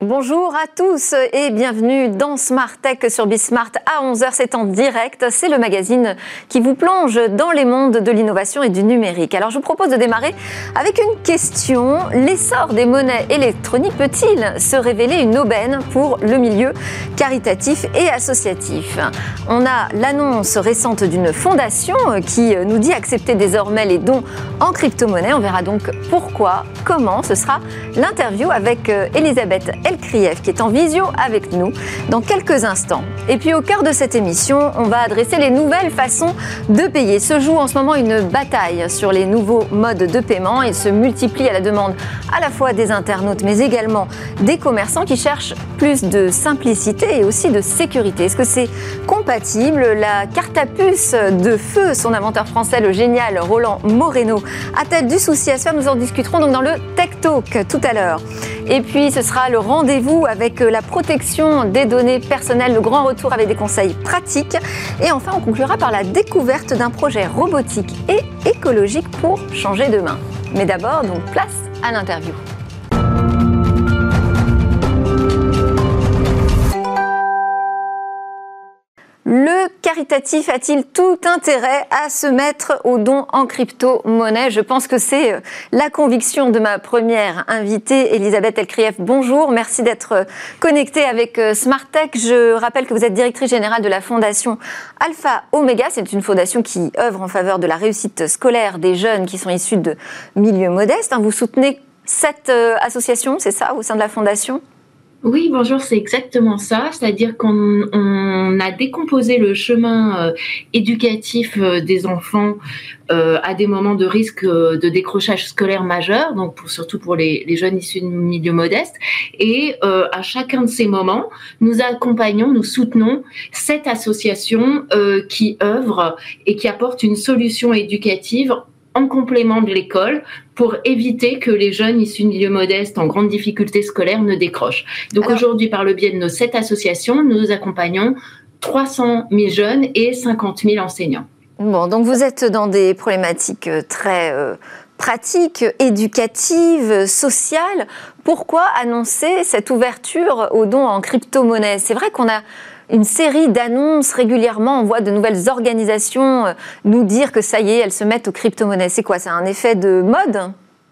Bonjour à tous et bienvenue dans Smart Tech sur Bismart à 11h, c'est en direct, c'est le magazine qui vous plonge dans les mondes de l'innovation et du numérique. Alors je vous propose de démarrer avec une question. L'essor des monnaies électroniques peut-il se révéler une aubaine pour le milieu caritatif et associatif? On a l'annonce récente d'une fondation qui nous dit accepter désormais les dons en crypto-monnaie. On verra donc pourquoi, comment. Ce sera l'interview avec Elisabeth Elkrief qui est en visio avec nous dans quelques instants. Et puis au cœur de cette émission, on va adresser les nouvelles façons de payer. Se joue en ce moment une bataille sur les nouveaux modes de paiement. Ils se multiplient à la demande à la fois des internautes mais également des commerçants qui cherchent plus de simplicité et aussi de sécurité. Est-ce que c'est compatible? La carte à puce de feu, son inventeur français, le génial Roland Moreno, a-t-elle du souci à se faire? Nous en discuterons donc dans le Tech Talk tout à l'heure. Et puis ce sera le rendez-vous avec la protection des données personnelles, le grand retour avec des conseils pratiques. Et enfin, on conclura par la découverte d'un projet robotique et écologique pour changer demain. Mais d'abord, donc place à l'interview. Le caritatif a-t-il tout intérêt à se mettre au don en crypto-monnaie? Je pense que c'est la conviction de ma première invitée, Elisabeth Elkrief. Bonjour, merci d'être connectée avec Smart Tech. Je rappelle que vous êtes directrice générale de la fondation Alpha Omega. C'est une fondation qui œuvre en faveur de la réussite scolaire des jeunes qui sont issus de milieux modestes. Vous soutenez cette association, c'est ça, au sein de la fondation ? Oui, bonjour, c'est exactement ça. C'est-à-dire qu'on a décomposé le chemin éducatif des enfants à des moments de risque de décrochage scolaire majeur, donc surtout pour les jeunes issus de milieux modestes. Et à chacun de ces moments, nous accompagnons, nous soutenons cette association qui œuvre et qui apporte une solution éducative en complément de l'école pour éviter que les jeunes issus de milieux modestes en grande difficulté scolaire ne décrochent. Donc aujourd'hui, par le biais de nos 7 associations, nous accompagnons 300 000 jeunes et 50 000 enseignants. Bon, donc vous êtes dans des problématiques très pratiques, éducatives, sociales. Pourquoi annoncer cette ouverture aux dons en crypto-monnaie? C'est vrai qu'on a une série d'annonces régulièrement, on voit de nouvelles organisations nous dire que ça y est, elles se mettent aux crypto-monnaies. C'est quoi, c'est un effet de mode ?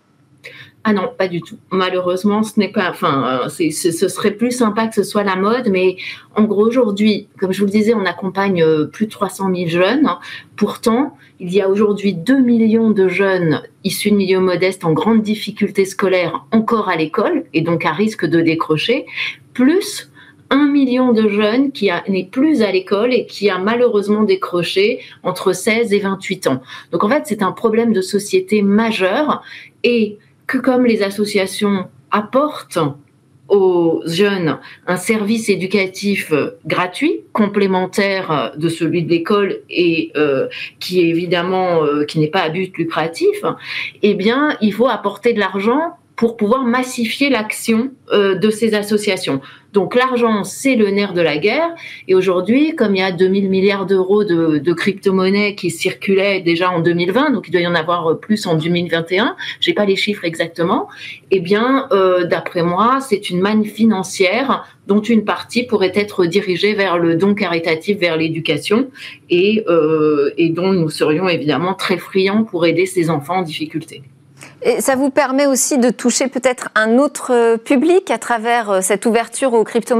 Ah non, pas du tout. Malheureusement, ce n'est pas. Ce serait plus sympa que ce soit la mode, mais en gros aujourd'hui, comme je vous le disais, on accompagne plus de 300 000 jeunes. Pourtant, il y a aujourd'hui 2 millions de jeunes issus de milieux modestes en grande difficulté scolaire encore à l'école et donc à risque de décrocher, plus 1 million de jeunes qui n'est plus à l'école et qui a malheureusement décroché entre 16 et 28 ans. Donc en fait, c'est un problème de société majeur et que comme les associations apportent aux jeunes un service éducatif gratuit, complémentaire de celui de l'école et qui est évidemment qui n'est pas à but lucratif, eh bien, il faut apporter de l'argent pour pouvoir massifier l'action de ces associations. Donc l'argent, c'est le nerf de la guerre. Et aujourd'hui, comme il y a 2000 milliards d'euros de crypto-monnaies qui circulaient déjà en 2020, donc il doit y en avoir plus en 2021, j'ai pas les chiffres exactement, eh bien, d'après moi, c'est une manne financière dont une partie pourrait être dirigée vers le don caritatif, vers l'éducation, et dont nous serions évidemment très friands pour aider ces enfants en difficulté. Et ça vous permet aussi de toucher peut-être un autre public à travers cette ouverture aux crypto-monnaies ?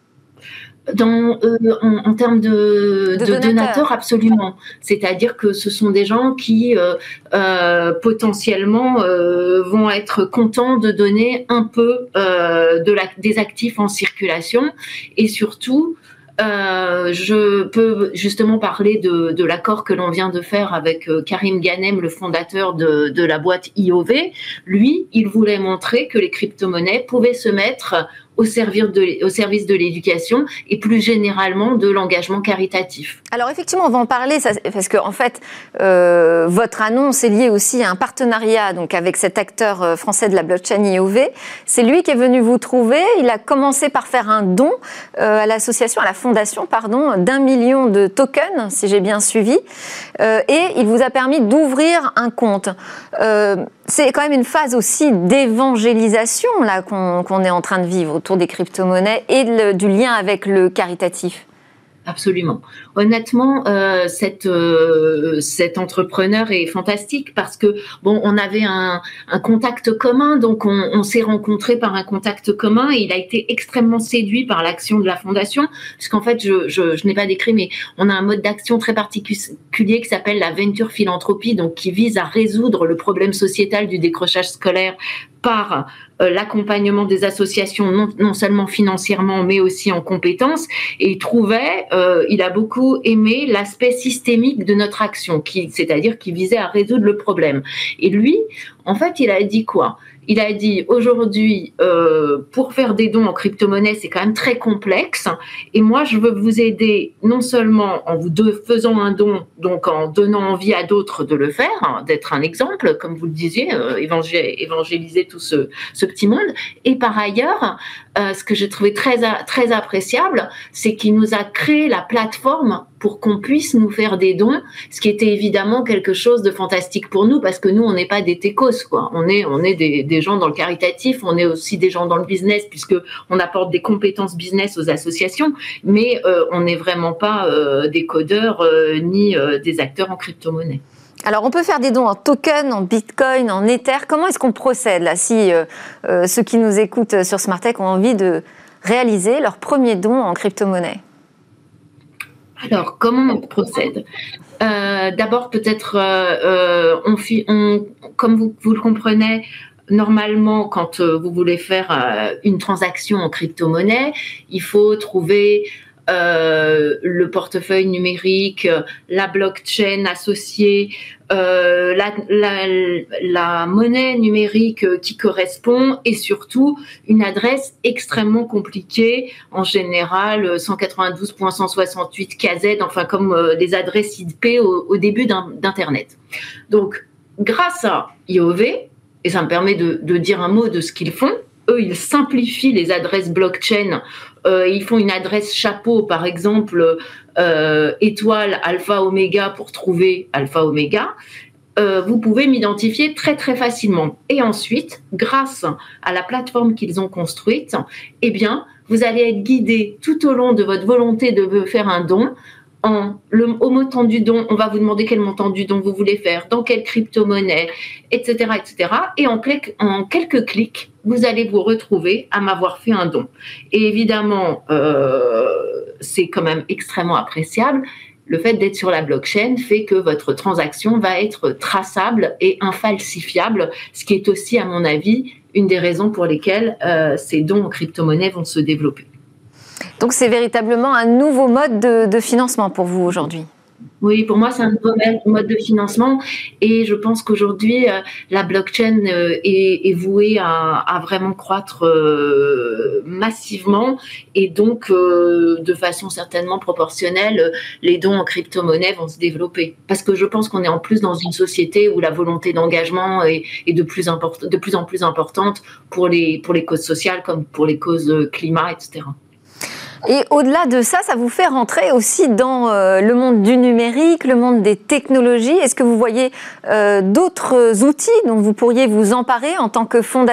En termes de donateurs, absolument. C'est-à-dire que ce sont des gens qui potentiellement vont être contents de donner un peu des actifs en circulation et surtout je peux justement parler de l'accord que l'on vient de faire avec Karim Ghanem, le fondateur de la boîte IOV. Lui, il voulait montrer que les crypto-monnaies pouvaient se mettre au service de l'éducation et plus généralement de l'engagement caritatif. Alors effectivement, on va en parler parce que en fait, votre annonce est liée aussi à un partenariat donc avec cet acteur français de la blockchain IOV. C'est lui qui est venu vous trouver. Il a commencé par faire un don à l'association, à la fondation, d'1 million de tokens, si j'ai bien suivi, et il vous a permis d'ouvrir un compte. C'est quand même une phase aussi d'évangélisation là qu'on est en train de vivre autour des crypto-monnaies et du lien avec le caritatif. Absolument. Honnêtement, cet entrepreneur est fantastique parce que bon, on avait un contact commun, donc on s'est rencontrés par un contact commun et il a été extrêmement séduit par l'action de la fondation, puisqu'en fait, je n'ai pas décrit, mais on a un mode d'action très particulier qui s'appelle la venture philanthropie, donc qui vise à résoudre le problème sociétal du décrochage scolaire par l'accompagnement des associations, non seulement financièrement, mais aussi en compétences. Et il a beaucoup aimé l'aspect systémique de notre action, c'est-à-dire qui visait à résoudre le problème. Et lui, en fait, il a dit quoi ? Il a dit aujourd'hui, pour faire des dons en crypto-monnaie, c'est quand même très complexe. Et moi, je veux vous aider non seulement en vous faisant un don, donc en donnant envie à d'autres de le faire, hein, d'être un exemple, comme vous le disiez, évangéliser tout ce petit monde. Et par ailleurs, ce que j'ai trouvé très appréciable, c'est qu'il nous a créé la plateforme pour qu'on puisse nous faire des dons, ce qui était évidemment quelque chose de fantastique pour nous, parce que nous, on n'est pas des techos, quoi. On est des gens dans le caritatif, on est aussi des gens dans le business, puisque on apporte des compétences business aux associations, mais on n'est vraiment pas des codeurs ni des acteurs en crypto-monnaie. Alors, on peut faire des dons en token, en bitcoin, en ether. Comment est-ce qu'on procède là, si ceux qui nous écoutent sur Smartech ont envie de réaliser leur premier don en crypto-monnaie ? Alors, comment on procède ? D'abord, peut-être, comme vous le comprenez, normalement, quand vous voulez faire une transaction en crypto-monnaie, il faut trouver le portefeuille numérique, la blockchain associée, la monnaie numérique qui correspond et surtout une adresse extrêmement compliquée, en général 192.168 KZ, enfin comme des adresses IP au début d'Internet. Donc, grâce à IOV, et ça me permet de dire un mot de ce qu'ils font, eux, ils simplifient les adresses blockchain. Ils font une adresse chapeau, par exemple, étoile, alpha, oméga pour trouver alpha, oméga. Vous pouvez m'identifier très, très facilement. Et ensuite, grâce à la plateforme qu'ils ont construite, eh bien, vous allez être guidé tout au long de votre volonté de faire un don. Au montant du don, on va vous demander quel montant du don vous voulez faire, dans quelle crypto-monnaie, etc., etc. Et en quelques clics, vous allez vous retrouver à m'avoir fait un don. Et évidemment, c'est quand même extrêmement appréciable. Le fait d'être sur la blockchain fait que votre transaction va être traçable et infalsifiable, ce qui est aussi, à mon avis, une des raisons pour lesquelles ces dons en crypto-monnaie vont se développer. Donc c'est véritablement un nouveau mode de financement pour vous aujourd'hui. Oui, pour moi, c'est un nouveau mode de financement et je pense qu'aujourd'hui, la blockchain est vouée à vraiment croître massivement et donc, de façon certainement proportionnelle, les dons en crypto-monnaie vont se développer. Parce que je pense qu'on est en plus dans une société où la volonté d'engagement est de plus en plus importante pour les causes sociales comme pour les causes climat, etc. Et au-delà de ça, ça vous fait rentrer aussi dans le monde du numérique, le monde des technologies. Est-ce que vous voyez d'autres outils dont vous pourriez vous emparer en tant que fondation ?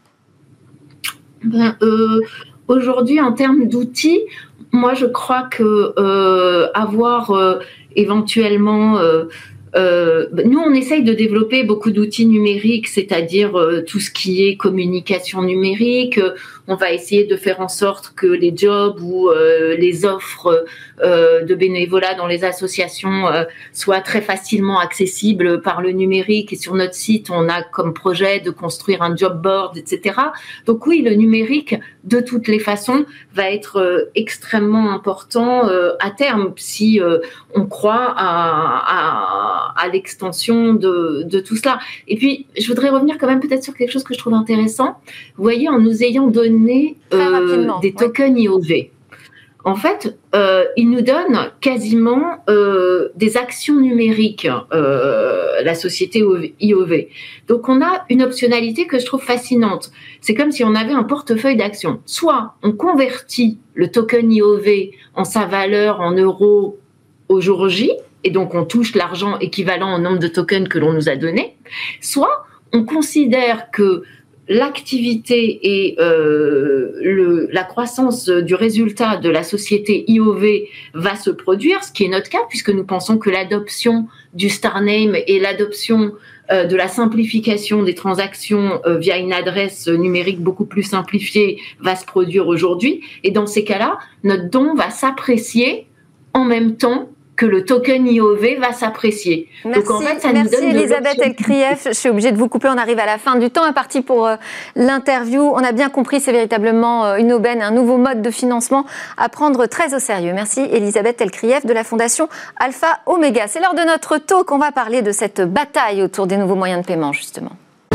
Aujourd'hui, en termes d'outils, moi je crois que avoir éventuellement... nous, on essaye de développer beaucoup d'outils numériques, c'est-à-dire tout ce qui est communication numérique. On va essayer de faire en sorte que les jobs ou les offres de bénévolat dans les associations soient très facilement accessibles par le numérique. Et sur notre site, on a comme projet de construire un job board, etc. Donc oui, le numérique, de toutes les façons, va être extrêmement important à terme si on croit à l'extension de tout cela. Et puis, je voudrais revenir quand même peut-être sur quelque chose que je trouve intéressant. Vous voyez, en nous ayant donné des tokens IOV, en fait, ils nous donnent quasiment des actions numériques, la société IOV. Donc, on a une optionnalité que je trouve fascinante. C'est comme si on avait un portefeuille d'actions. Soit on convertit le token IOV en sa valeur en euros au jour J, et donc on touche l'argent équivalent au nombre de tokens que l'on nous a donné, soit on considère que l'activité et la croissance du résultat de la société IOV va se produire, ce qui est notre cas, puisque nous pensons que l'adoption du Star Name et l'adoption de la simplification des transactions via une adresse numérique beaucoup plus simplifiée va se produire aujourd'hui. Et dans ces cas-là, notre don va s'apprécier en même temps que le token IOV va s'apprécier. Merci, donc en fait, ça nous donne Elisabeth Elkrief. Je suis obligée de vous couper, on arrive à la fin du temps imparti pour l'interview. On a bien compris, c'est véritablement une aubaine, un nouveau mode de financement à prendre très au sérieux. Merci Elisabeth Elkrief de la Fondation Alpha Omega. C'est lors de notre talk qu'on va parler de cette bataille autour des nouveaux moyens de paiement, justement.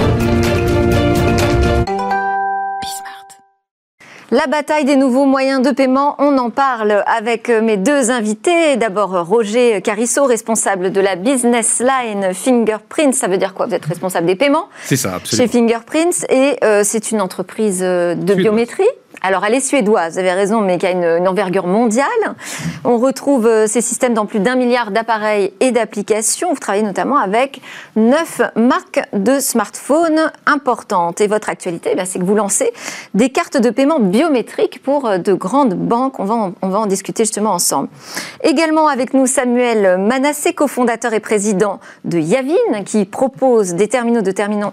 La bataille des nouveaux moyens de paiement, on en parle avec mes deux invités. D'abord, Roger Carissot, responsable de la business line Fingerprints. Ça veut dire quoi ? Vous êtes responsable des paiements ? C'est ça, absolument. Chez Fingerprints. Et c'est une entreprise de biométrie. Alors, elle est suédoise, vous avez raison, mais qui a une envergure mondiale. On retrouve ces systèmes dans plus d'1 milliard d'appareils et d'applications. Vous travaillez notamment avec 9 marques de smartphones importantes. Et votre actualité, c'est que vous lancez des cartes de paiement biométriques pour de grandes banques. On va en discuter justement ensemble. Également avec nous, Samuel Manassé, cofondateur et président de Yavin, qui propose des terminaux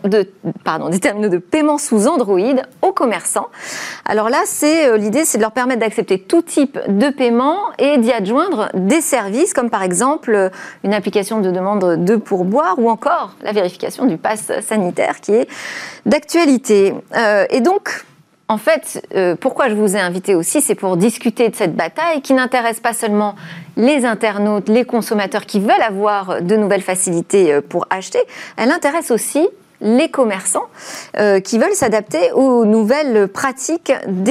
de paiement sous Android aux commerçants. Alors là, l'idée, c'est de leur permettre d'accepter tout type de paiement et d'y adjoindre des services, comme par exemple une application de demande de pourboire ou encore la vérification du pass sanitaire qui est d'actualité. Et donc, en fait, pourquoi je vous ai invité aussi, c'est pour discuter de cette bataille qui n'intéresse pas seulement les internautes, les consommateurs qui veulent avoir de nouvelles facilités pour acheter, elle intéresse aussi les commerçants qui veulent s'adapter aux nouvelles pratiques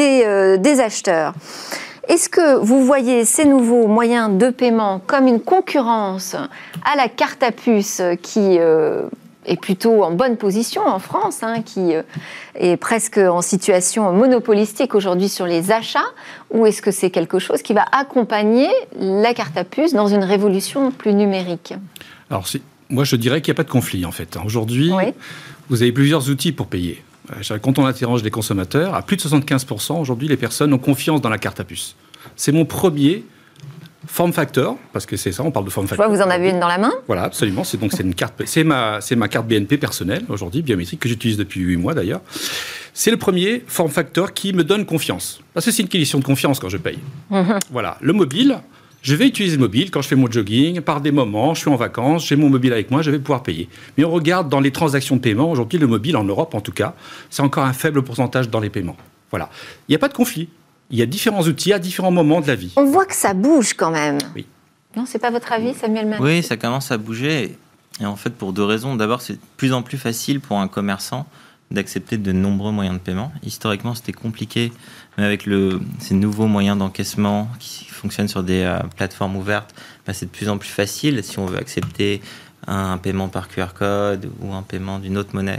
des acheteurs. Est-ce que vous voyez ces nouveaux moyens de paiement comme une concurrence à la carte à puce qui est plutôt en bonne position en France, qui est presque en situation monopolistique aujourd'hui sur les achats, ou est-ce que c'est quelque chose qui va accompagner la carte à puce dans une révolution plus numérique ? Alors, moi, je dirais qu'il n'y a pas de conflit, en fait. Aujourd'hui, vous avez plusieurs outils pour payer. Quand on interroge les consommateurs, à plus de 75%, aujourd'hui, les personnes ont confiance dans la carte à puce. C'est mon premier form factor, parce que c'est ça, on parle de form factor. Je vois, vous en avez une dans la main. Voilà, absolument. C'est une carte, c'est ma carte BNP personnelle, aujourd'hui, biométrique, que j'utilise depuis 8 mois, d'ailleurs. C'est le premier form factor qui me donne confiance. Parce que c'est une question de confiance quand je paye. Voilà. Le mobile... Je vais utiliser le mobile quand je fais mon jogging, par des moments, je suis en vacances, j'ai mon mobile avec moi, je vais pouvoir payer. Mais on regarde dans les transactions de paiement, aujourd'hui, le mobile, en Europe en tout cas, c'est encore un faible pourcentage dans les paiements. Voilà. Il n'y a pas de conflit. Il y a différents outils à différents moments de la vie. On voit que ça bouge quand même. Oui. Non, c'est pas votre avis, Samuel Manassé ? Oui, ça commence à bouger. Et en fait, pour 2 raisons. D'abord, c'est de plus en plus facile pour un commerçant d'accepter de nombreux moyens de paiement. Historiquement, c'était compliqué, mais avec ces nouveaux moyens d'encaissement qui fonctionnent sur des plateformes ouvertes, c'est de plus en plus facile. Si on veut accepter un paiement par QR code ou un paiement d'une autre monnaie,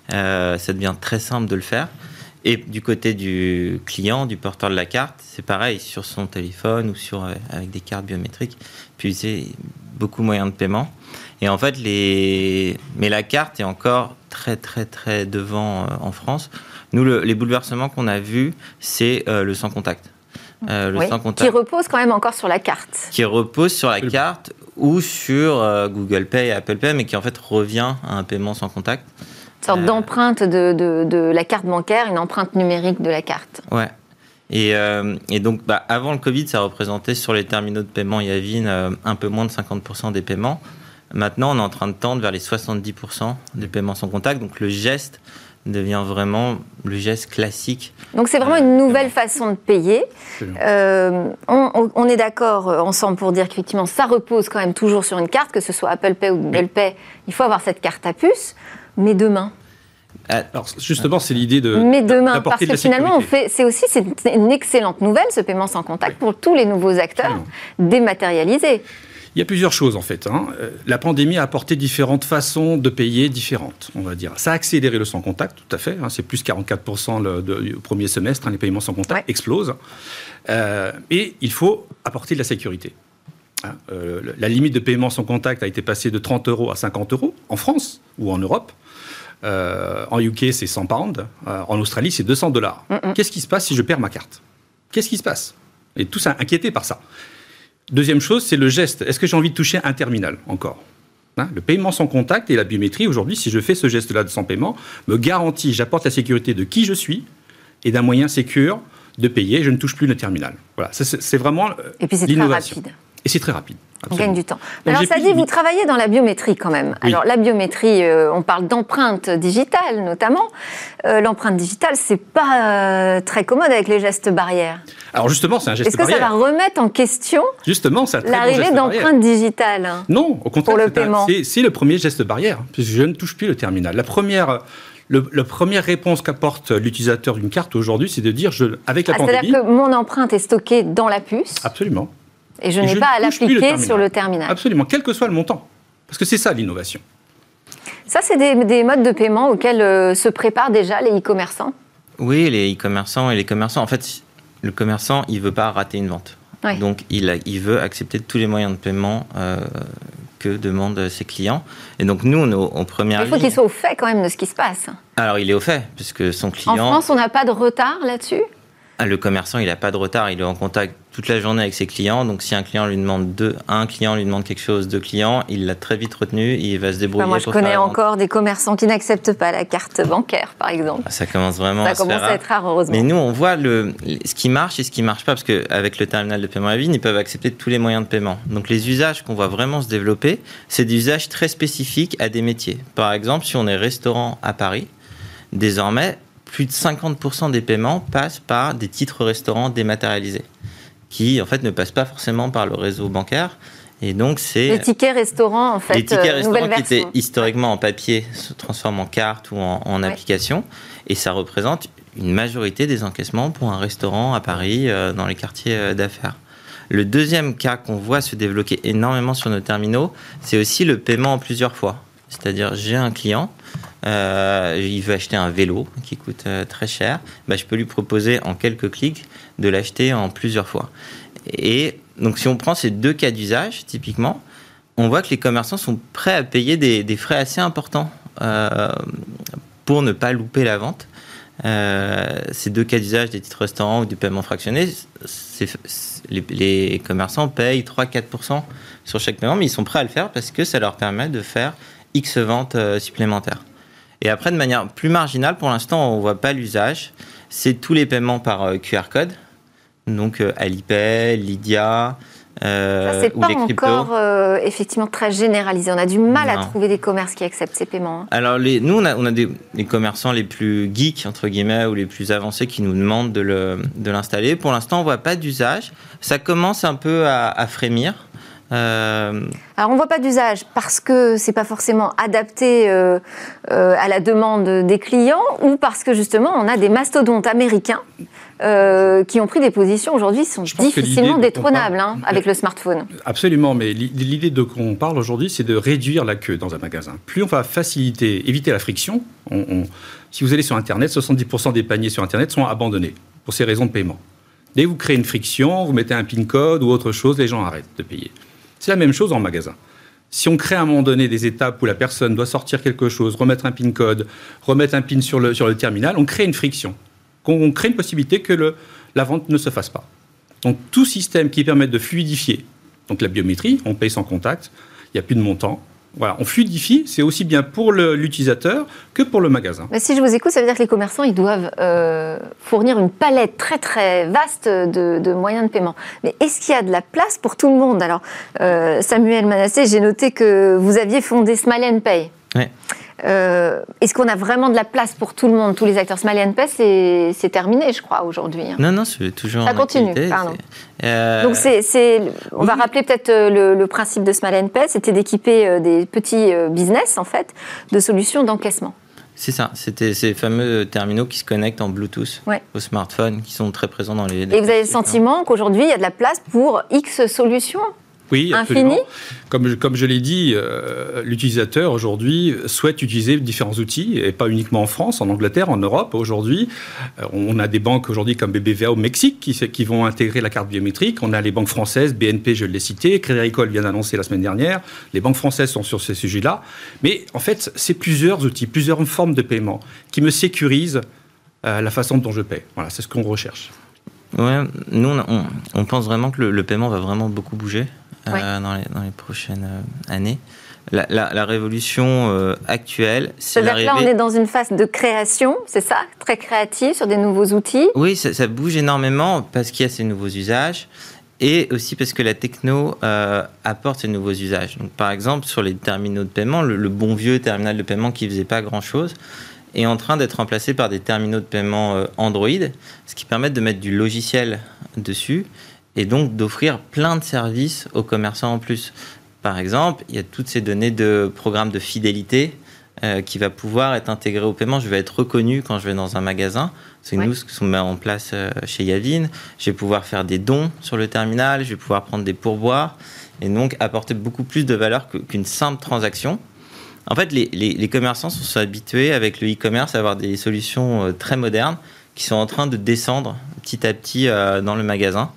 ça devient très simple de le faire. Et du côté du client, du porteur de la carte, c'est pareil, sur son téléphone ou avec des cartes biométriques, puis c'est beaucoup de moyens de paiement. Et en fait, mais la carte est encore très, très, très devant en France. Nous, les bouleversements qu'on a vus, c'est le sans contact. Sans contact. Qui repose quand même encore sur la carte. Qui repose sur la carte ou sur Google Pay et Apple Pay, mais qui en fait revient à un paiement sans contact. Une sorte d'empreinte de la carte bancaire, une empreinte numérique de la carte. Ouais. Et donc, avant le Covid, ça représentait sur les terminaux de paiement Yavin un peu moins de 50% des paiements. Maintenant, on est en train de tendre vers les 70% des paiements sans contact. Donc, le geste devient vraiment le geste classique. Donc, c'est vraiment une nouvelle façon de payer. On est d'accord ensemble pour dire qu'effectivement, ça repose quand même toujours sur une carte, que ce soit Apple Pay ou Google Pay. Il faut avoir cette carte à puce. Mais demain... Alors justement, c'est l'idée Mais demain, parce que finalement, c'est une excellente nouvelle, ce paiement sans contact, pour tous les nouveaux acteurs dématérialisés. Il y a plusieurs choses en fait. La pandémie a apporté différentes façons de payer différentes, on va dire. Ça a accéléré le sans contact, tout à fait. C'est plus 44% au premier semestre, les paiements sans contact explosent. Et il faut apporter de la sécurité. La limite de paiement sans contact a été passée de 30 € à 50 € en France ou en Europe. En UK, c'est 100 pounds. En Australie, c'est $200. Qu'est-ce qui se passe si je perds ma carte? Qu'est-ce qui se passe? Et tous inquiétés par ça. Deuxième chose, c'est le geste. Est-ce que j'ai envie de toucher un terminal encore? Le paiement sans contact et la biométrie, aujourd'hui, si je fais ce geste-là de sans paiement, me garantit, j'apporte la sécurité de qui je suis et d'un moyen sécure de payer. Je ne touche plus le terminal. Voilà, c'est vraiment l'innovation. Et puis c'est très rapide. Et c'est très rapide. On gagne du temps. Alors, ça dit, vous travaillez dans la biométrie quand même. Oui. Alors, la biométrie, on parle d'empreinte digitale notamment. L'empreinte digitale, c'est pas très commode avec les gestes barrières. Alors justement, c'est un geste Est-ce barrière. que ça va remettre en question l'arrivée d'empreintes digitales? Non, au contraire, pour le paiement. C'est le premier geste barrière, puisque je ne touche plus le terminal. La première réponse qu'apporte l'utilisateur d'une carte aujourd'hui, c'est de dire, avec la pandémie... C'est-à-dire que mon empreinte est stockée dans la puce. Absolument. Et je n'ai pas à l'appliquer sur le terminal. Absolument, quel que soit le montant. Parce que c'est ça l'innovation. Ça, c'est des modes de paiement auxquels se préparent déjà les e-commerçants? Oui, les e-commerçants et les commerçants. En fait, le commerçant, il ne veut pas rater une vente. Ouais. Donc, il veut accepter tous les moyens de paiement que demandent ses clients. Et donc, nous, on est en première ligne. Il faut qu'il soit au fait quand même de ce qui se passe. Alors, il est au fait, puisque son client... En France, on n'a pas de retard là-dessus? Le commerçant, il n'a pas de retard, il est en contact toute la journée avec ses clients. Donc, si un client lui demande quelque chose, 2 clients, il l'a très vite retenu et il va se débrouiller. Moi, je connais encore des commerçants qui n'acceptent pas la carte bancaire, par exemple. Ça commence vraiment à être rare, heureusement. Mais nous, on voit ce qui marche et ce qui ne marche pas, parce qu'avec le terminal de paiement à vie, ils peuvent accepter tous les moyens de paiement. Donc, les usages qu'on voit vraiment se développer, c'est des usages très spécifiques à des métiers. Par exemple, si on est restaurant à Paris, désormais, plus de 50% des paiements passent par des titres restaurants dématérialisés, qui en fait ne passent pas forcément par le réseau bancaire. Et donc c'est les tickets restaurants, en fait, les tickets restaurants qui étaient version. historiquement en papier se transforment en carte ou en application, et ça représente une majorité des encaissements pour un restaurant à Paris dans les quartiers d'affaires. Le deuxième cas qu'on voit se développer énormément sur nos terminaux, c'est aussi le paiement en plusieurs fois. C'est-à-dire, j'ai un client, il veut acheter un vélo qui coûte très cher, je peux lui proposer en quelques clics de l'acheter en plusieurs fois. Et donc, si on prend ces 2 cas d'usage, typiquement, on voit que les commerçants sont prêts à payer des frais assez importants pour ne pas louper la vente. Ces 2 cas d'usage, des titres restaurants ou du paiement fractionné, les commerçants payent 3-4% sur chaque paiement, mais ils sont prêts à le faire parce que ça leur permet de faire X ventes supplémentaires. Et après, de manière plus marginale, pour l'instant, on ne voit pas l'usage. C'est tous les paiements par QR code. Donc, Alipay, Lydia, ça, c'est ou pas les cryptos. encore effectivement très généralisé. On a du mal à trouver des commerces qui acceptent ces paiements. Alors, nous, on a des commerçants les plus geeks, entre guillemets, ou les plus avancés qui nous demandent de l'installer. Pour l'instant, on ne voit pas d'usage. Ça commence un peu à frémir. Alors, on ne voit pas d'usage parce que c'est pas forcément adapté à la demande des clients, ou parce que justement, on a des mastodontes américains qui ont pris des positions aujourd'hui, sont difficilement détrônables avec le smartphone. Absolument, mais l'idée de qu'on parle aujourd'hui, c'est de réduire la queue dans un magasin. Plus on va éviter la friction, si vous allez sur Internet, 70% des paniers sur Internet sont abandonnés pour ces raisons de paiement. Dès que vous créez une friction, vous mettez un PIN code ou autre chose, les gens arrêtent de payer. C'est la même chose en magasin. Si on crée à un moment donné des étapes où la personne doit sortir quelque chose, remettre un PIN code, remettre un PIN sur le terminal, on crée une friction. On crée une possibilité que la vente ne se fasse pas. Donc tout système qui permet de fluidifier, donc la biométrie, on paye sans contact, il n'y a plus de montant. Voilà, on fluidifie, c'est aussi bien pour l'utilisateur que pour le magasin. Mais si je vous écoute, ça veut dire que les commerçants, ils doivent fournir une palette très très vaste de moyens de paiement. Mais est-ce qu'il y a de la place pour tout le monde? Alors, Samuel Manassé, j'ai noté que vous aviez fondé Smile & Pay. Oui. Est-ce qu'on a vraiment de la place pour tout le monde, tous les acteurs? Smile & Pay, c'est terminé, je crois, aujourd'hui. Non, c'est toujours ça continue, activité, pardon. Donc, on va rappeler peut-être le principe de Smile & Pay, c'était d'équiper des petits business, en fait, de solutions d'encaissement. C'est ça, c'était ces fameux terminaux qui se connectent en Bluetooth au smartphone, qui sont très présents dans les... Et vous avez le sentiment qu'aujourd'hui, il y a de la place pour X solutions? Oui, infini. Comme je l'ai dit, l'utilisateur aujourd'hui souhaite utiliser différents outils, et pas uniquement en France, en Angleterre, en Europe. Aujourd'hui, on a des banques aujourd'hui comme BBVA au Mexique qui vont intégrer la carte biométrique. On a les banques françaises, BNP, je l'ai cité, Crédit Agricole vient d'annoncer la semaine dernière. Les banques françaises sont sur ces sujets-là. Mais en fait, c'est plusieurs outils, plusieurs formes de paiement qui me sécurisent la façon dont je paie. Voilà, c'est ce qu'on recherche. Ouais, nous, on pense vraiment que le paiement va vraiment beaucoup bouger dans les prochaines années. La révolution actuelle, c'est l'arrivée... C'est-à-dire que là, on est dans une phase de création, c'est ça? Très créative, sur des nouveaux outils? Oui, ça bouge énormément parce qu'il y a ces nouveaux usages et aussi parce que la techno apporte ces nouveaux usages. Donc, par exemple, sur les terminaux de paiement, le bon vieux terminal de paiement qui ne faisait pas grand-chose est en train d'être remplacé par des terminaux de paiement Android, ce qui permet de mettre du logiciel dessus et donc d'offrir plein de services aux commerçants en plus. Par exemple, il y a toutes ces données de programmes de fidélité qui va pouvoir être intégré au paiement. Je vais être reconnu quand je vais dans un magasin. C'est nous ce qu'on met en place chez Yavin. Je vais pouvoir faire des dons sur le terminal, je vais pouvoir prendre des pourboires et donc apporter beaucoup plus de valeur qu'une simple transaction. En fait, les commerçants sont habitués avec le e-commerce à avoir des solutions très modernes qui sont en train de descendre petit à petit dans le magasin.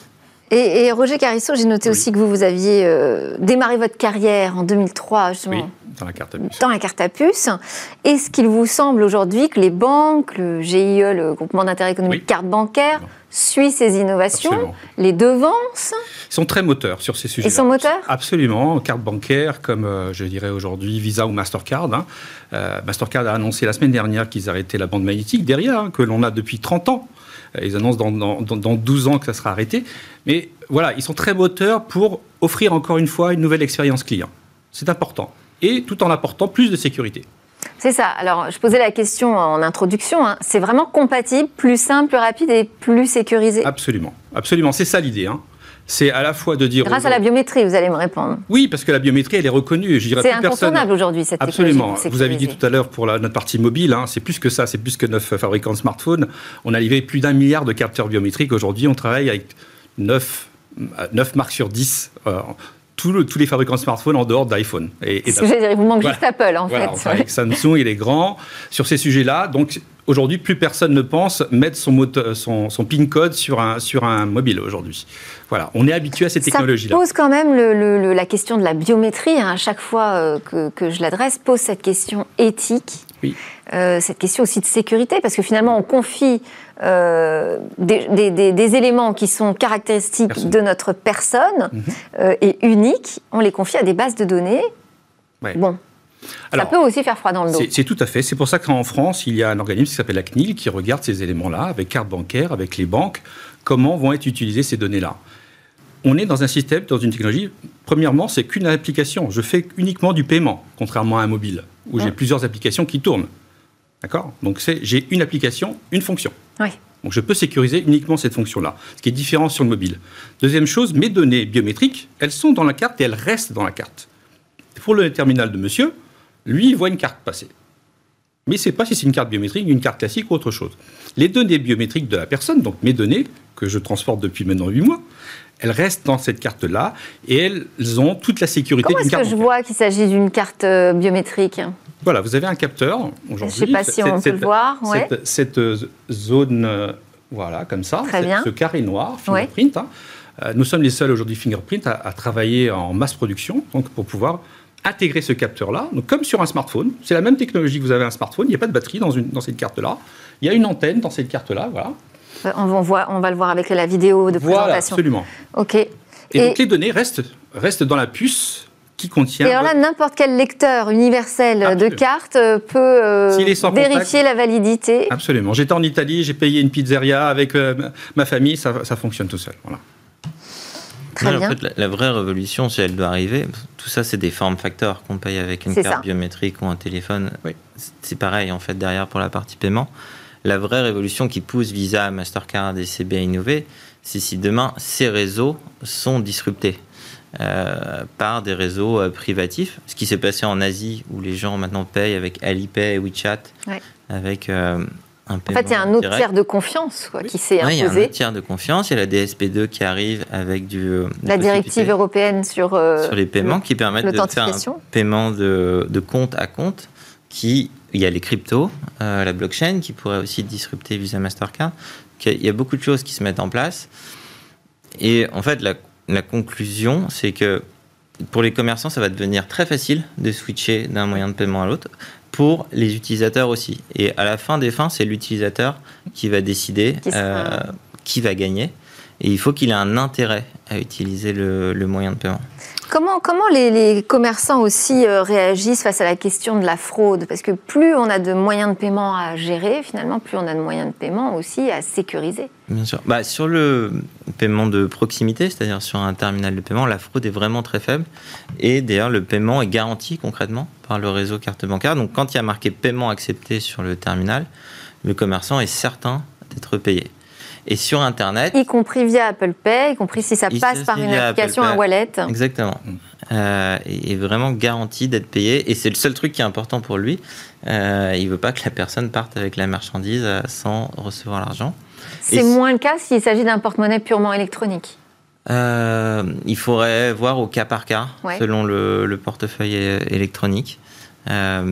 Et Roger Carissot, j'ai noté aussi que vous aviez démarré votre carrière en 2003, justement. Oui, dans la carte à puce. Dans la carte à puce. Est-ce qu'il vous semble aujourd'hui que les banques, le GIE, le groupement d'intérêt économique carte bancaire, suit ces innovations, Absolument. Les devance? Ils sont très moteurs sur ces sujets-là. Ils sont moteurs? Absolument. Carte bancaire, comme je dirais aujourd'hui Visa ou Mastercard. Mastercard a annoncé la semaine dernière qu'ils arrêtaient la bande magnétique derrière, que l'on a depuis 30 ans. Ils annoncent dans 12 ans que ça sera arrêté. Mais voilà, ils sont très moteurs pour offrir encore une fois une nouvelle expérience client. C'est important. Et tout en apportant plus de sécurité. C'est ça. Alors, je posais la question en introduction. C'est vraiment compatible, plus simple, plus rapide et plus sécurisé? Absolument. Absolument. C'est ça l'idée. C'est à la fois de dire... Grâce à la biométrie, vous allez me répondre. Oui, parce que la biométrie, elle est reconnue. Je dirais c'est incontournable aujourd'hui, cette technologie. Absolument. Vous avez dit tout à l'heure pour notre partie mobile, c'est plus que ça, c'est plus que 9 fabricants de smartphones. On a livré plus d'1 milliard de capteurs biométriques. Aujourd'hui, on travaille avec 9 marques sur 10. Tous les fabricants de smartphones en dehors d'iPhone. Ce que j'allais dire, il vous manque juste Apple, en fait. On travaille avec Samsung, il est grand. Sur ces sujets-là, donc aujourd'hui, plus personne ne pense mettre son PIN code sur un mobile aujourd'hui. Voilà, on est habitué à ces technologies-là. Ça pose quand même la question de la biométrie, à chaque fois que je l'adresse, pose cette question éthique, cette question aussi de sécurité, parce que finalement, on confie des éléments qui sont caractéristiques de notre personne et uniques, on les confie à des bases de données. Ouais. Bon. Alors, ça peut aussi faire froid dans le dos. C'est tout à fait. C'est pour ça qu'en France, il y a un organisme qui s'appelle la CNIL qui regarde ces éléments-là, avec carte bancaire, avec les banques, comment vont être utilisées ces données-là. On est dans un système, dans une technologie, premièrement, c'est qu'une application. Je fais uniquement du paiement, contrairement à un mobile, où j'ai plusieurs applications qui tournent. D'accord ? Donc j'ai une application, une fonction. Oui. Donc je peux sécuriser uniquement cette fonction-là, ce qui est différent sur le mobile. Deuxième chose, mes données biométriques, elles sont dans la carte et elles restent dans la carte. Pour le terminal de monsieur, lui, il voit une carte passer. Mais il ne sait pas si c'est une carte biométrique, une carte classique ou autre chose. Les données biométriques de la personne, donc mes données, que je transporte depuis maintenant 8 mois, elles restent dans cette carte-là et elles ont toute la sécurité d'une carte. Comment est-ce que je vois qu'il s'agit d'une carte biométrique ? Voilà, vous avez un capteur aujourd'hui. Je ne sais pas si on peut le voir. Ouais. Cette zone, voilà, comme ça, ce carré noir, Fingerprint. Nous sommes les seuls aujourd'hui Fingerprint à travailler en masse production, donc pour pouvoir intégrer ce capteur-là, donc comme sur un smartphone. C'est la même technologie que vous avez un smartphone. Il n'y a pas de batterie dans cette carte-là. Il y a une antenne dans cette carte-là, voilà. On va le voir avec la vidéo de présentation. Voilà, absolument. Ok. Et donc les données restent dans la puce qui contient... Et alors là, n'importe quel lecteur universel de carte peut vérifier la validité. Absolument. J'étais en Italie, j'ai payé une pizzeria avec ma famille, ça fonctionne tout seul. Voilà. Très bien. En fait, la vraie révolution, si elle doit arriver, tout ça, c'est des form factors qu'on paye avec une carte biométrique ou un téléphone. Oui. C'est pareil, en fait, derrière pour la partie paiement. La vraie révolution qui pousse Visa, Mastercard et CB à innover, c'est si demain, ces réseaux sont disruptés par des réseaux privatifs. Ce qui s'est passé en Asie, où les gens maintenant payent avec Alipay et WeChat, avec un paiement En fait, il y a un autre direct. tiers de confiance qui s'est imposé. Il y a un autre tiers de confiance. Il y a la DSP2 qui arrive avec la directive européenne sur les paiements qui permettent de faire un paiement de compte à compte. Il y a les cryptos, la blockchain qui pourrait aussi disrupter Visa Mastercard. Il y a beaucoup de choses qui se mettent en place. Et en fait, la conclusion, c'est que pour les commerçants, ça va devenir très facile de switcher d'un moyen de paiement à l'autre. Pour les utilisateurs aussi. Et à la fin des fins, c'est l'utilisateur qui va décider qui va gagner. Et il faut qu'il ait un intérêt à utiliser le moyen de paiement. Comment les commerçants aussi réagissent face à la question de la fraude ? Parce que plus on a de moyens de paiement à gérer, finalement, plus on a de moyens de paiement aussi à sécuriser. Bien sûr. Sur le paiement de proximité, c'est-à-dire sur un terminal de paiement, la fraude est vraiment très faible. Et d'ailleurs, le paiement est garanti concrètement par le réseau carte bancaire. Donc, quand il y a marqué paiement accepté sur le terminal, le commerçant est certain d'être payé. Et sur Internet... Y compris via Apple Pay, y compris si ça passe par une application, un wallet. Exactement. Et vraiment garanti d'être payé. Et c'est le seul truc qui est important pour lui. Il ne veut pas que la personne parte avec la marchandise sans recevoir l'argent. C'est moins le cas s'il s'agit d'un porte-monnaie purement électronique. Il faudrait voir au cas par cas, selon le portefeuille électronique. On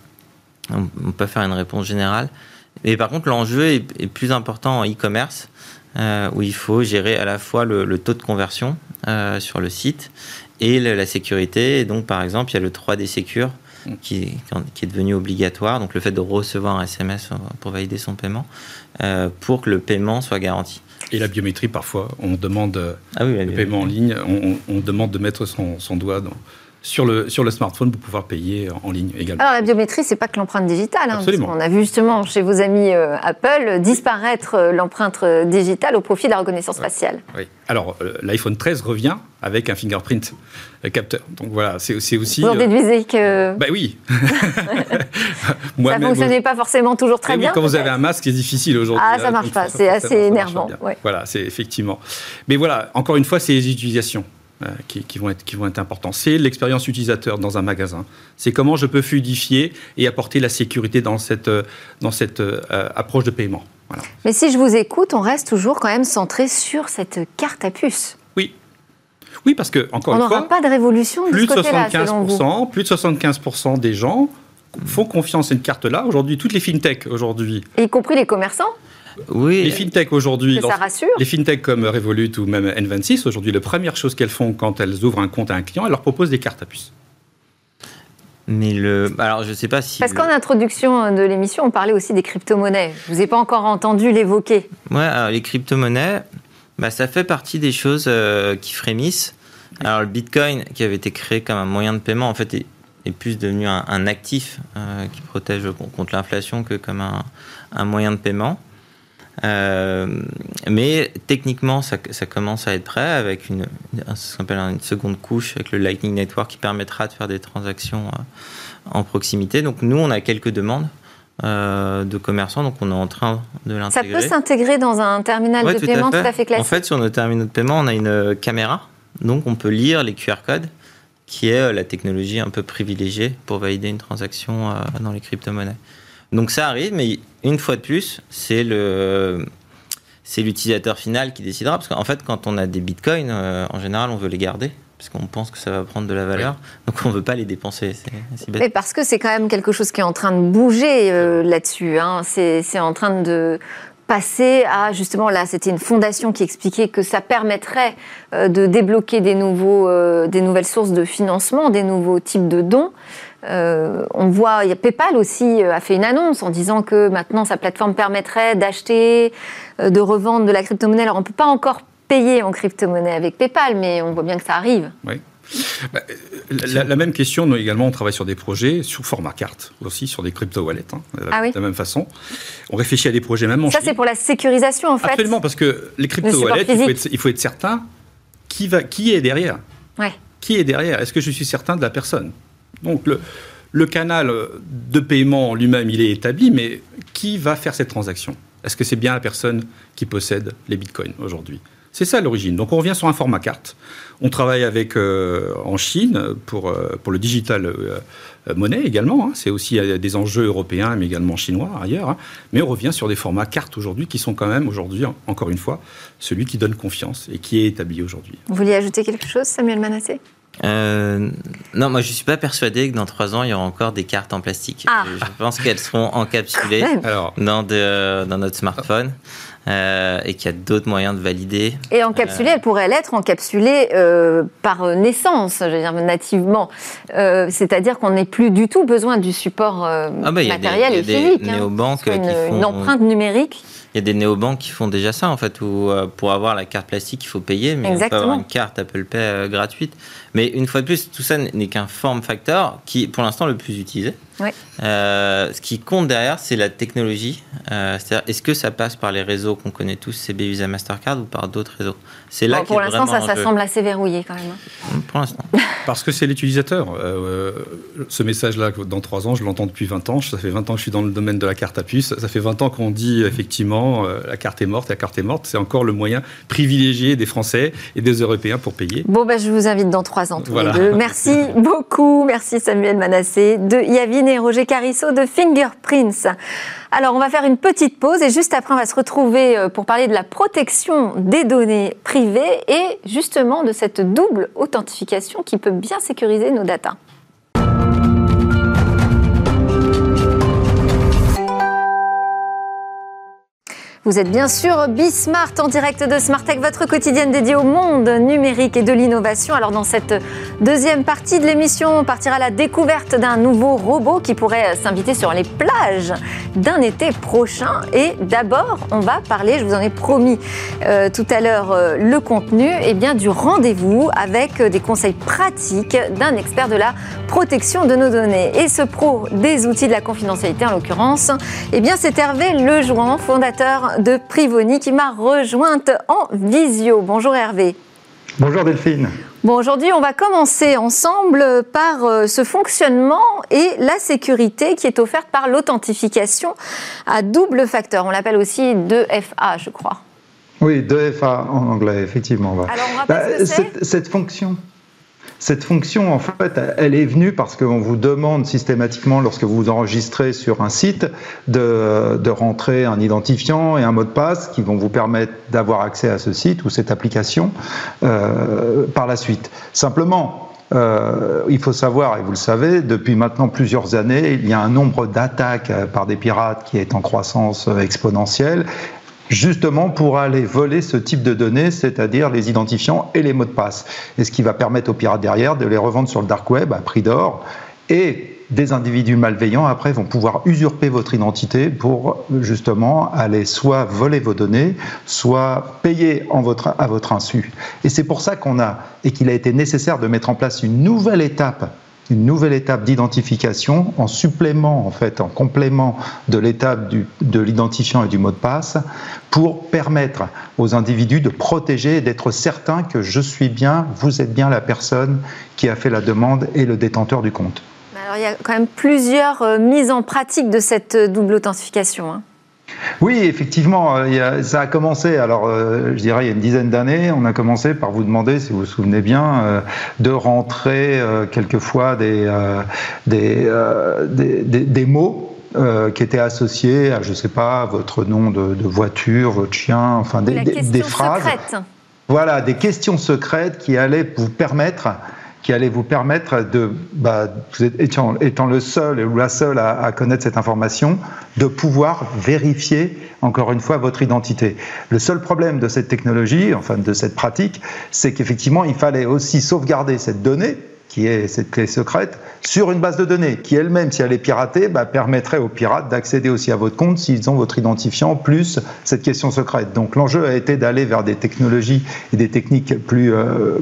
peut faire une réponse générale. Mais par contre, l'enjeu est plus important en e-commerce, où il faut gérer à la fois le taux de conversion sur le site et la sécurité. Et donc, par exemple, il y a le 3D Secure qui est devenu obligatoire, donc le fait de recevoir un SMS pour valider son paiement, pour que le paiement soit garanti. Et la biométrie, parfois, on demande le paiement en ligne, on demande de mettre son doigt sur le smartphone pour pouvoir payer en ligne également. Alors la biométrie, c'est pas que l'empreinte digitale. Absolument. On a vu justement chez vos amis Apple disparaître l'empreinte digitale au profit de la reconnaissance faciale. Oui. Alors l'iPhone 13 revient avec un fingerprint capteur. Donc voilà, c'est aussi... Vous en déduisez que... oui. Ça ne fonctionnait pas forcément toujours très bien. Quand vous avez un masque, c'est difficile aujourd'hui. Ah, ça marche pas. C'est assez énervant. Ouais. Voilà, c'est effectivement... Mais voilà, encore une fois, c'est les utilisations qui vont être importants. C'est l'expérience utilisateur dans un magasin. C'est comment je peux fluidifier et apporter la sécurité dans cette approche de paiement. Voilà. Mais si je vous écoute, on reste toujours quand même centré sur cette carte à puce. Oui, parce que, encore une fois... On n'aura pas de révolution de ce côté-là, selon vous. Plus de 75% des gens font confiance à une carte-là. Aujourd'hui, toutes les fintechs, y compris les commerçants. Oui. Les fintechs aujourd'hui, ça rassure. Les fintechs comme Revolut ou même N26, aujourd'hui, la première chose qu'elles font quand elles ouvrent un compte à un client, elles leur proposent des cartes à puce. Mais alors, je ne sais pas si... Parce qu'en introduction de l'émission, on parlait aussi des crypto-monnaies. Je ne vous ai pas encore entendu l'évoquer. Oui, alors les crypto-monnaies, ça fait partie des choses qui frémissent. Alors, le Bitcoin, qui avait été créé comme un moyen de paiement, en fait, est plus devenu un actif qui protège contre l'inflation que comme un moyen de paiement. Mais techniquement, ça commence à être prêt avec ce qu'on appelle une seconde couche avec le Lightning Network qui permettra de faire des transactions en proximité. Donc nous, on a quelques demandes de commerçants, donc on est en train de l'intégrer. Ça peut s'intégrer dans un terminal de paiement tout à fait classique. En fait, sur nos terminaux de paiement, on a une caméra, donc on peut lire les QR codes, qui est la technologie un peu privilégiée pour valider une transaction dans les crypto-monnaies. Donc ça arrive, mais une fois de plus, c'est l'utilisateur final qui décidera. Parce qu'en fait, quand on a des bitcoins, en général, on veut les garder, parce qu'on pense que ça va prendre de la valeur. Oui. Donc on ne veut pas les dépenser. C'est bête. Mais parce que c'est quand même quelque chose qui est en train de bouger là-dessus. C'est en train de passer à, justement, là, c'était une fondation qui expliquait que ça permettrait de débloquer des nouvelles sources de financement, des nouveaux types de dons. On voit, il y a PayPal aussi a fait une annonce en disant que maintenant sa plateforme permettrait d'acheter, de revendre de la crypto-monnaie. Alors on ne peut pas encore payer en crypto-monnaie avec PayPal, mais on voit bien que ça arrive. Oui. La même question, nous également, on travaille sur des projets sur format carte, aussi sur des crypto-wallets, de la même façon. On réfléchit à des projets même en Chine. Ça, c'est pour la sécurisation, en fait. Absolument, parce que les crypto-wallets, il faut être certain qui est derrière. Ouais. Qui est derrière ? Est-ce que je suis certain de la personne ? Donc, le canal de paiement lui-même, il est établi, mais qui va faire cette transaction ? Est-ce que c'est bien la personne qui possède les bitcoins aujourd'hui ? C'est ça l'origine. Donc on revient sur un format carte. On travaille avec en Chine pour le digital monnaie également. C'est aussi des enjeux européens, mais également chinois ailleurs. Mais on revient sur des formats cartes aujourd'hui qui sont quand même aujourd'hui, encore une fois, celui qui donne confiance et qui est établi aujourd'hui. Vous vouliez ajouter quelque chose, Samuel Manassé ? Non, moi je ne suis pas persuadé que dans 3 ans il y aura encore des cartes en plastique. Je pense qu'elles seront encapsulées dans notre smartphone. Et qu'il y a d'autres moyens de valider. Et encapsulée, elle pourrait l'être encapsulée par naissance, je veux dire nativement. C'est-à-dire qu'on n'ait plus du tout besoin du support matériel et physique. Il y a des néobanques qui font une empreinte numérique. Il y a des néobanques qui font déjà ça, en fait, où pour avoir la carte plastique, il faut payer, mais on peut avoir une carte Apple Pay gratuite. Mais une fois de plus, tout ça n'est qu'un form factor qui est pour l'instant le plus utilisé. Oui. Ce qui compte derrière, c'est la technologie. C'est-à-dire, est-ce que ça passe par les réseaux qu'on connaît tous, CB, Visa, Mastercard, ou par d'autres réseaux ? C'est là pour l'instant, ça semble assez verrouillé quand même. Pour l'instant. Parce que c'est l'utilisateur. Ce message-là, dans 3 ans, je l'entends depuis 20 ans. Ça fait 20 ans que je suis dans le domaine de la carte à puce. Ça fait 20 ans qu'on dit effectivement la carte est morte, c'est encore le moyen privilégié des Français et des Européens pour payer. Bon, je vous invite dans 3 ans tous les deux. Merci beaucoup. Merci Samuel Manassé de Yavin et Roger Carisso de Fingerprints. Alors, on va faire une petite pause et juste après, on va se retrouver pour parler de la protection des données privées et justement de cette double authentification qui peut bien sécuriser nos datas. Vous êtes bien sûr Bismart en direct de Smartech, votre quotidienne dédiée au monde numérique et de l'innovation. Alors dans cette deuxième partie de l'émission, on partira à la découverte d'un nouveau robot qui pourrait s'inviter sur les plages d'un été prochain. Et d'abord, on va parler, je vous en ai promis tout à l'heure le contenu, du rendez-vous avec des conseils pratiques d'un expert de la protection de nos données. Et ce pro des outils de la confidentialité en l'occurrence, c'est Hervé Lejouan, fondateur de Privoni, qui m'a rejointe en visio. Bonjour Hervé. Bonjour Delphine. Bon, aujourd'hui, on va commencer ensemble par ce fonctionnement et la sécurité qui est offerte par l'authentification à double facteur. On l'appelle aussi 2FA, je crois. Oui, 2FA en anglais, effectivement. Alors, on rappelle ce que c'est ? Cette fonction, en fait, elle est venue parce qu'on vous demande systématiquement, lorsque vous vous enregistrez sur un site, de rentrer un identifiant et un mot de passe qui vont vous permettre d'avoir accès à ce site ou cette application par la suite. Simplement, il faut savoir, et vous le savez, depuis maintenant plusieurs années, il y a un nombre d'attaques par des pirates qui est en croissance exponentielle, justement pour aller voler ce type de données, c'est-à-dire les identifiants et les mots de passe. Et ce qui va permettre aux pirates derrière de les revendre sur le dark web à prix d'or. Et des individus malveillants, après, vont pouvoir usurper votre identité pour justement aller soit voler vos données, soit payer à votre insu. Et c'est pour ça qu'il a été nécessaire de mettre en place une nouvelle étape d'identification en supplément, en fait, en complément de l'étape de l'identifiant et du mot de passe pour permettre aux individus de protéger et d'être certains que vous êtes bien la personne qui a fait la demande et le détenteur du compte. Alors, il y a quand même plusieurs mises en pratique de cette double authentification. Oui, effectivement, ça a commencé, je dirais il y a une dizaine d'années, on a commencé par vous demander, si vous vous souvenez bien, de rentrer quelquefois des mots qui étaient associés à, je ne sais pas, votre nom de voiture, votre chien, enfin des phrases. Secrète. Voilà, des questions secrètes qui allaient vous permettre de, étant le seul ou la seule à connaître cette information, de pouvoir vérifier, encore une fois, votre identité. Le seul problème de cette technologie, enfin de cette pratique, c'est qu'effectivement, il fallait aussi sauvegarder cette donnée, qui est cette clé secrète, sur une base de données, qui elle-même, si elle est piratée, permettrait aux pirates d'accéder aussi à votre compte s'ils ont votre identifiant, plus cette question secrète. Donc l'enjeu a été d'aller vers des technologies et des techniques plus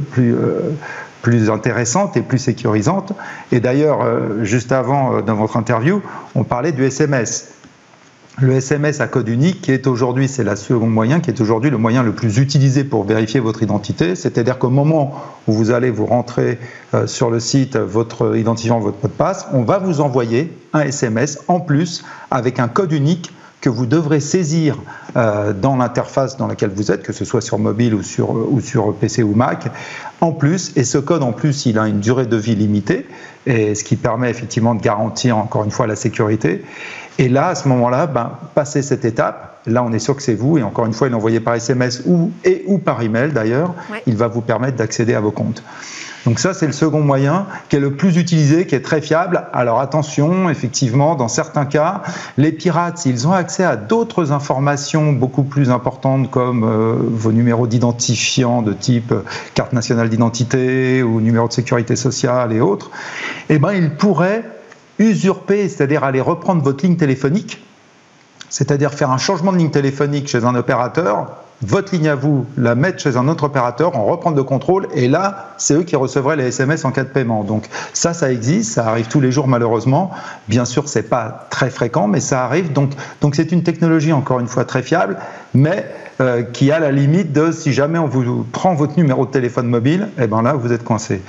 intéressantes et plus sécurisantes. Et d'ailleurs, juste avant, dans votre interview, on parlait du SMS. Le SMS à code unique, qui est aujourd'hui, c'est le second moyen, qui est aujourd'hui le moyen le plus utilisé pour vérifier votre identité. C'est-à-dire qu'au moment où vous allez vous rentrer sur le site, votre identifiant, votre mot de passe, on va vous envoyer un SMS en plus avec un code unique que vous devrez saisir dans l'interface dans laquelle vous êtes, que ce soit sur mobile ou sur PC ou Mac, en plus, et ce code en plus, il a une durée de vie limitée, et ce qui permet effectivement de garantir encore une fois la sécurité. Et là, à ce moment-là, passez cette étape, là on est sûr que c'est vous, et encore une fois, il est envoyé par SMS ou par email d'ailleurs, il va vous permettre d'accéder à vos comptes. Donc ça, c'est le second moyen qui est le plus utilisé, qui est très fiable. Alors attention, effectivement, dans certains cas, les pirates, s'ils ont accès à d'autres informations beaucoup plus importantes comme vos numéros d'identifiant de type carte nationale d'identité ou numéro de sécurité sociale et autres, eh ben, ils pourraient usurper, c'est-à-dire aller reprendre votre ligne téléphonique, c'est-à-dire faire un changement de ligne téléphonique chez un opérateur, votre ligne à vous, la mettre chez un autre opérateur, en reprendre le contrôle, et là, c'est eux qui recevraient les SMS en cas de paiement. Donc ça existe, ça arrive tous les jours malheureusement. Bien sûr, c'est pas très fréquent, mais ça arrive. Donc c'est une technologie, encore une fois, très fiable, mais qui a la limite de, si jamais on vous prend votre numéro de téléphone mobile, eh ben là, vous êtes coincé.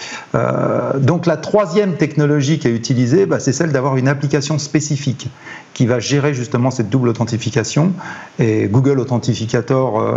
Donc la troisième technologie qui est utilisée, c'est celle d'avoir une application spécifique qui va gérer justement cette double authentification, et Google Authentificator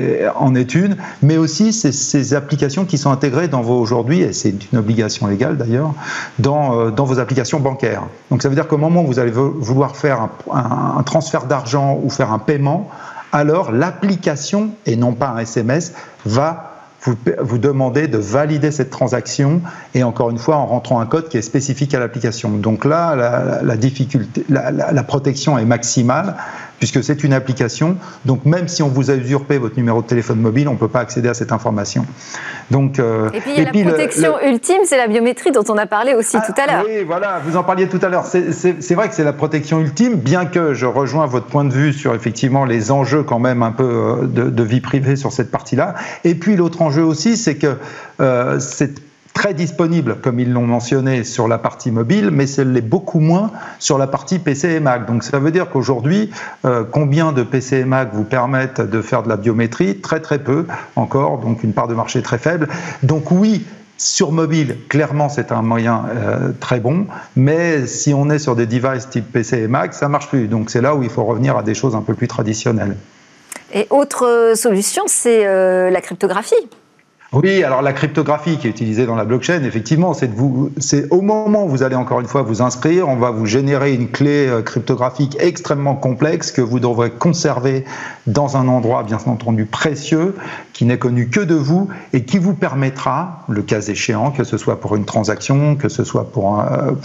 en est une, mais aussi ces applications qui sont intégrées dans vos, aujourd'hui, et c'est une obligation légale d'ailleurs, dans vos applications bancaires. Donc ça veut dire qu'au moment où vous allez vouloir faire un transfert d'argent ou faire un paiement, alors l'application, et non pas un SMS, va vous demander de valider cette transaction, et encore une fois en rentrant un code qui est spécifique à l'application. Donc là, la difficulté, la protection est maximale, puisque c'est une application. Donc même si on vous a usurpé votre numéro de téléphone mobile, on ne peut pas accéder à cette information. Donc, et puis il y a la protection ultime, c'est la biométrie dont on a parlé aussi tout à l'heure. Oui, voilà, vous en parliez tout à l'heure. C'est vrai que c'est la protection ultime, bien que je rejoins votre point de vue sur effectivement les enjeux quand même un peu de vie privée sur cette partie-là. Et puis l'autre enjeu aussi, c'est que c'est très disponible, comme ils l'ont mentionné, sur la partie mobile, mais ça l'est beaucoup moins sur la partie PC et Mac. Donc ça veut dire qu'aujourd'hui, combien de PC et Mac vous permettent de faire de la biométrie? Très très peu encore, donc une part de marché très faible. Donc oui, sur mobile, clairement c'est un moyen très bon, mais si on est sur des devices type PC et Mac, ça ne marche plus. Donc c'est là où il faut revenir à des choses un peu plus traditionnelles. Et autre solution, c'est la cryptographie. Oui, alors la cryptographie qui est utilisée dans la blockchain, effectivement, c'est au moment où vous allez encore une fois vous inscrire, on va vous générer une clé cryptographique extrêmement complexe que vous devrez conserver dans un endroit bien entendu précieux, qui n'est connu que de vous et qui vous permettra, le cas échéant, que ce soit pour une transaction, que ce soit pour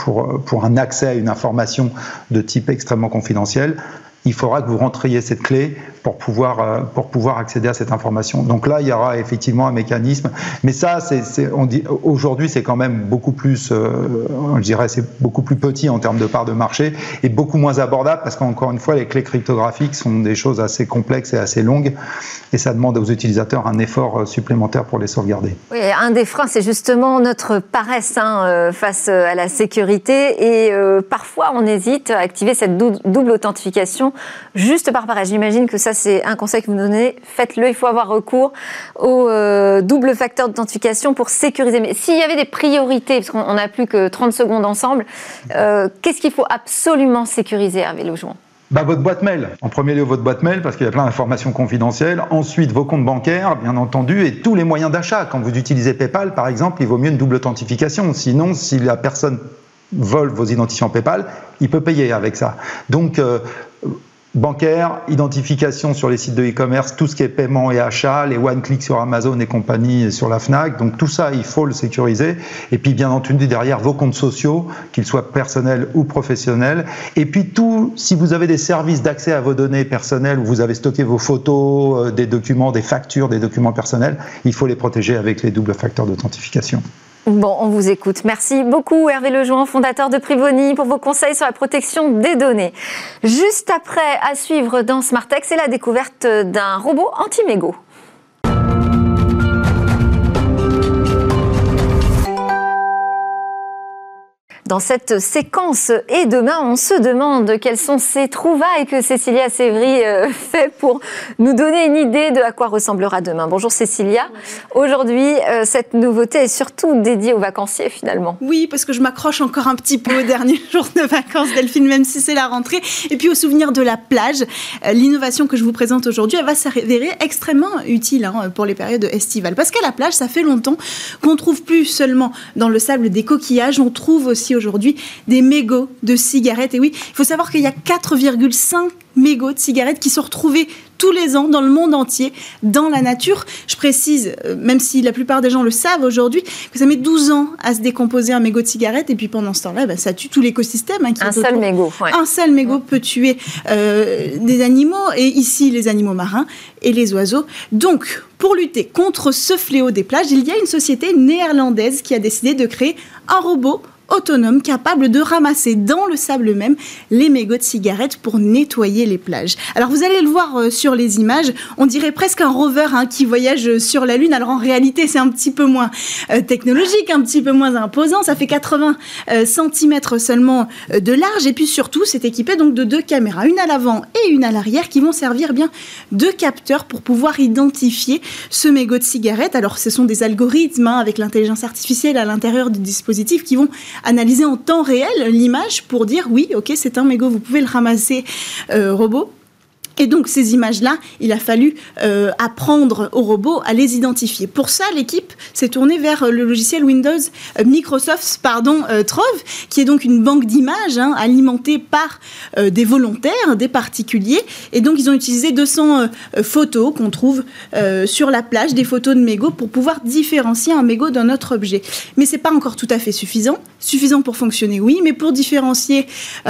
un accès à une information de type extrêmement confidentiel, il faudra que vous rentriez cette clé pour pouvoir accéder à cette information. Donc là, il y aura effectivement un mécanisme. Mais ça, aujourd'hui, c'est quand même beaucoup plus, je dirais, c'est beaucoup plus petit en termes de part de marché et beaucoup moins abordable parce qu'encore une fois, les clés cryptographiques sont des choses assez complexes et assez longues et ça demande aux utilisateurs un effort supplémentaire pour les sauvegarder. Oui, un des freins, c'est justement notre paresse face à la sécurité et parfois, on hésite à activer cette double authentification juste par paresse. J'imagine que ça, c'est un conseil que vous donnez. Faites-le, il faut avoir recours au double facteur d'authentification pour sécuriser. Mais s'il y avait des priorités, parce qu'on n'a plus que 30 secondes ensemble, qu'est-ce qu'il faut absolument sécuriser, Hervé Legouan ? Votre boîte mail. En premier lieu, votre boîte mail, parce qu'il y a plein d'informations confidentielles. Ensuite, vos comptes bancaires, bien entendu, et tous les moyens d'achat. Quand vous utilisez PayPal, par exemple, il vaut mieux une double authentification. Sinon, si la personne vole vos identifiants PayPal, il peut payer avec ça. Donc, bancaire, identification sur les sites de e-commerce, tout ce qui est paiement et achat, les one-click sur Amazon et compagnie et sur la Fnac. Donc tout ça, il faut le sécuriser. Et puis bien entendu, derrière vos comptes sociaux, qu'ils soient personnels ou professionnels. Et puis tout, si vous avez des services d'accès à vos données personnelles, où vous avez stocké vos photos, des documents, des factures, des documents personnels, il faut les protéger avec les doubles facteurs d'authentification. Bon, on vous écoute. Merci beaucoup Hervé Legouan, fondateur de Privoni, pour vos conseils sur la protection des données. Juste après, à suivre dans Smart Tech, c'est la découverte d'un robot anti-mégots. dans cette séquence. Et demain, on se demande quelles sont ces trouvailles que Cécilia Sévry fait pour nous donner une idée de à quoi ressemblera demain. Bonjour Cécilia. Aujourd'hui, cette nouveauté est surtout dédiée aux vacanciers finalement. Oui, parce que je m'accroche encore un petit peu aux derniers jours de vacances, Delphine, même si c'est la rentrée. Et puis au souvenir de la plage, l'innovation que je vous présente aujourd'hui, elle va s'avérer extrêmement utile pour les périodes estivales. Parce qu'à la plage, ça fait longtemps qu'on trouve plus seulement dans le sable des coquillages, on trouve aussi aujourd'hui des mégots de cigarettes. Et oui, il faut savoir qu'il y a 4,5 mégots de cigarettes qui sont retrouvés tous les ans dans le monde entier, dans la nature. Je précise, même si la plupart des gens le savent aujourd'hui, que ça met 12 ans à se décomposer un mégot de cigarette, et puis pendant ce temps-là, ça tue tout l'écosystème. Un seul mégot. Ouais. Un seul mégot peut tuer des animaux, et ici les animaux marins et les oiseaux. Donc, pour lutter contre ce fléau des plages, il y a une société néerlandaise qui a décidé de créer un robot autonome capable de ramasser dans le sable même les mégots de cigarettes pour nettoyer les plages. Alors vous allez le voir sur les images, on dirait presque un rover qui voyage sur la Lune. Alors en réalité c'est un petit peu moins technologique, un petit peu moins imposant, ça fait 80 cm seulement de large, et puis surtout c'est équipé donc de 2 caméras, une à l'avant et une à l'arrière, qui vont servir bien de capteurs pour pouvoir identifier ce mégot de cigarette. Alors ce sont des algorithmes avec l'intelligence artificielle à l'intérieur du dispositif qui vont analyser en temps réel l'image pour dire oui, ok, c'est un mégot, vous pouvez le ramasser, robot. Et donc, ces images-là, il a fallu apprendre au robot à les identifier. Pour ça, l'équipe s'est tournée vers le logiciel Microsoft Trove, qui est donc une banque d'images alimentée par des volontaires, des particuliers. Et donc, ils ont utilisé 200 photos qu'on trouve sur la plage, des photos de mégots, pour pouvoir différencier un mégot d'un autre objet. Mais c'est pas encore tout à fait suffisant. Suffisant pour fonctionner, oui, mais pour différencier,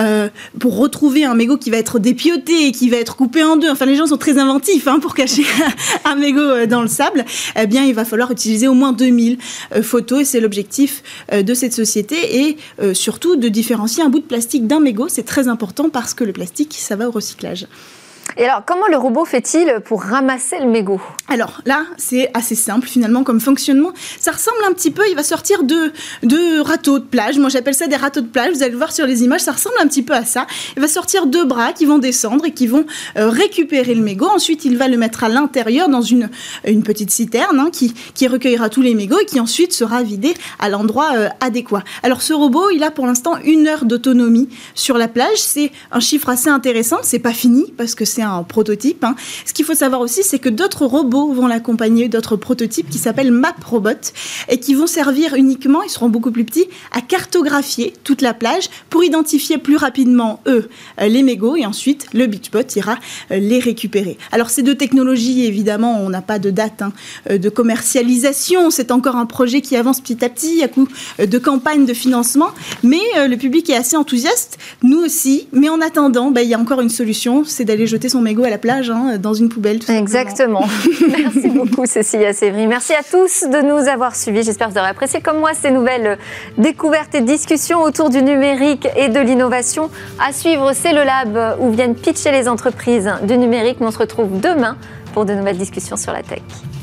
pour retrouver un mégot qui va être dépiauté et qui va être coupé en deux, enfin les gens sont très inventifs pour cacher un mégot dans le sable, eh bien il va falloir utiliser au moins 2000 photos, et c'est l'objectif de cette société, et surtout de différencier un bout de plastique d'un mégot. C'est très important parce que le plastique, ça va au recyclage. Et alors, comment le robot fait-il pour ramasser le mégot ? Alors là, c'est assez simple finalement comme fonctionnement. Ça ressemble un petit peu, il va sortir de râteaux de plage. Moi, j'appelle ça des râteaux de plage. Vous allez le voir sur les images, ça ressemble un petit peu à ça. Il va sortir 2 bras qui vont descendre et qui vont récupérer le mégot. Ensuite, il va le mettre à l'intérieur dans une petite citerne qui recueillera tous les mégots et qui ensuite sera vidé à l'endroit adéquat. Alors, ce robot, il a pour l'instant 1 heure d'autonomie sur la plage. C'est un chiffre assez intéressant. C'est pas fini parce que c'est un prototype. Ce qu'il faut savoir aussi, c'est que d'autres robots vont l'accompagner, d'autres prototypes qui s'appellent MapRobot, et qui vont servir uniquement, ils seront beaucoup plus petits, à cartographier toute la plage pour identifier plus rapidement, les mégots, et ensuite le Beachbot ira les récupérer. Alors ces 2 technologies, évidemment, on n'a pas de date de commercialisation, c'est encore un projet qui avance petit à petit à coup de campagne de financement, mais le public est assez enthousiaste, nous aussi, mais en attendant, il y a encore une solution, c'est d'aller jeter son mégot à la plage, dans une poubelle. Tout Exactement. Merci beaucoup Cécilia Sévry. Merci à tous de nous avoir suivis. J'espère que vous aurez apprécié comme moi ces nouvelles découvertes et discussions autour du numérique et de l'innovation. À suivre, c'est le Lab où viennent pitcher les entreprises du numérique. On se retrouve demain pour de nouvelles discussions sur la tech.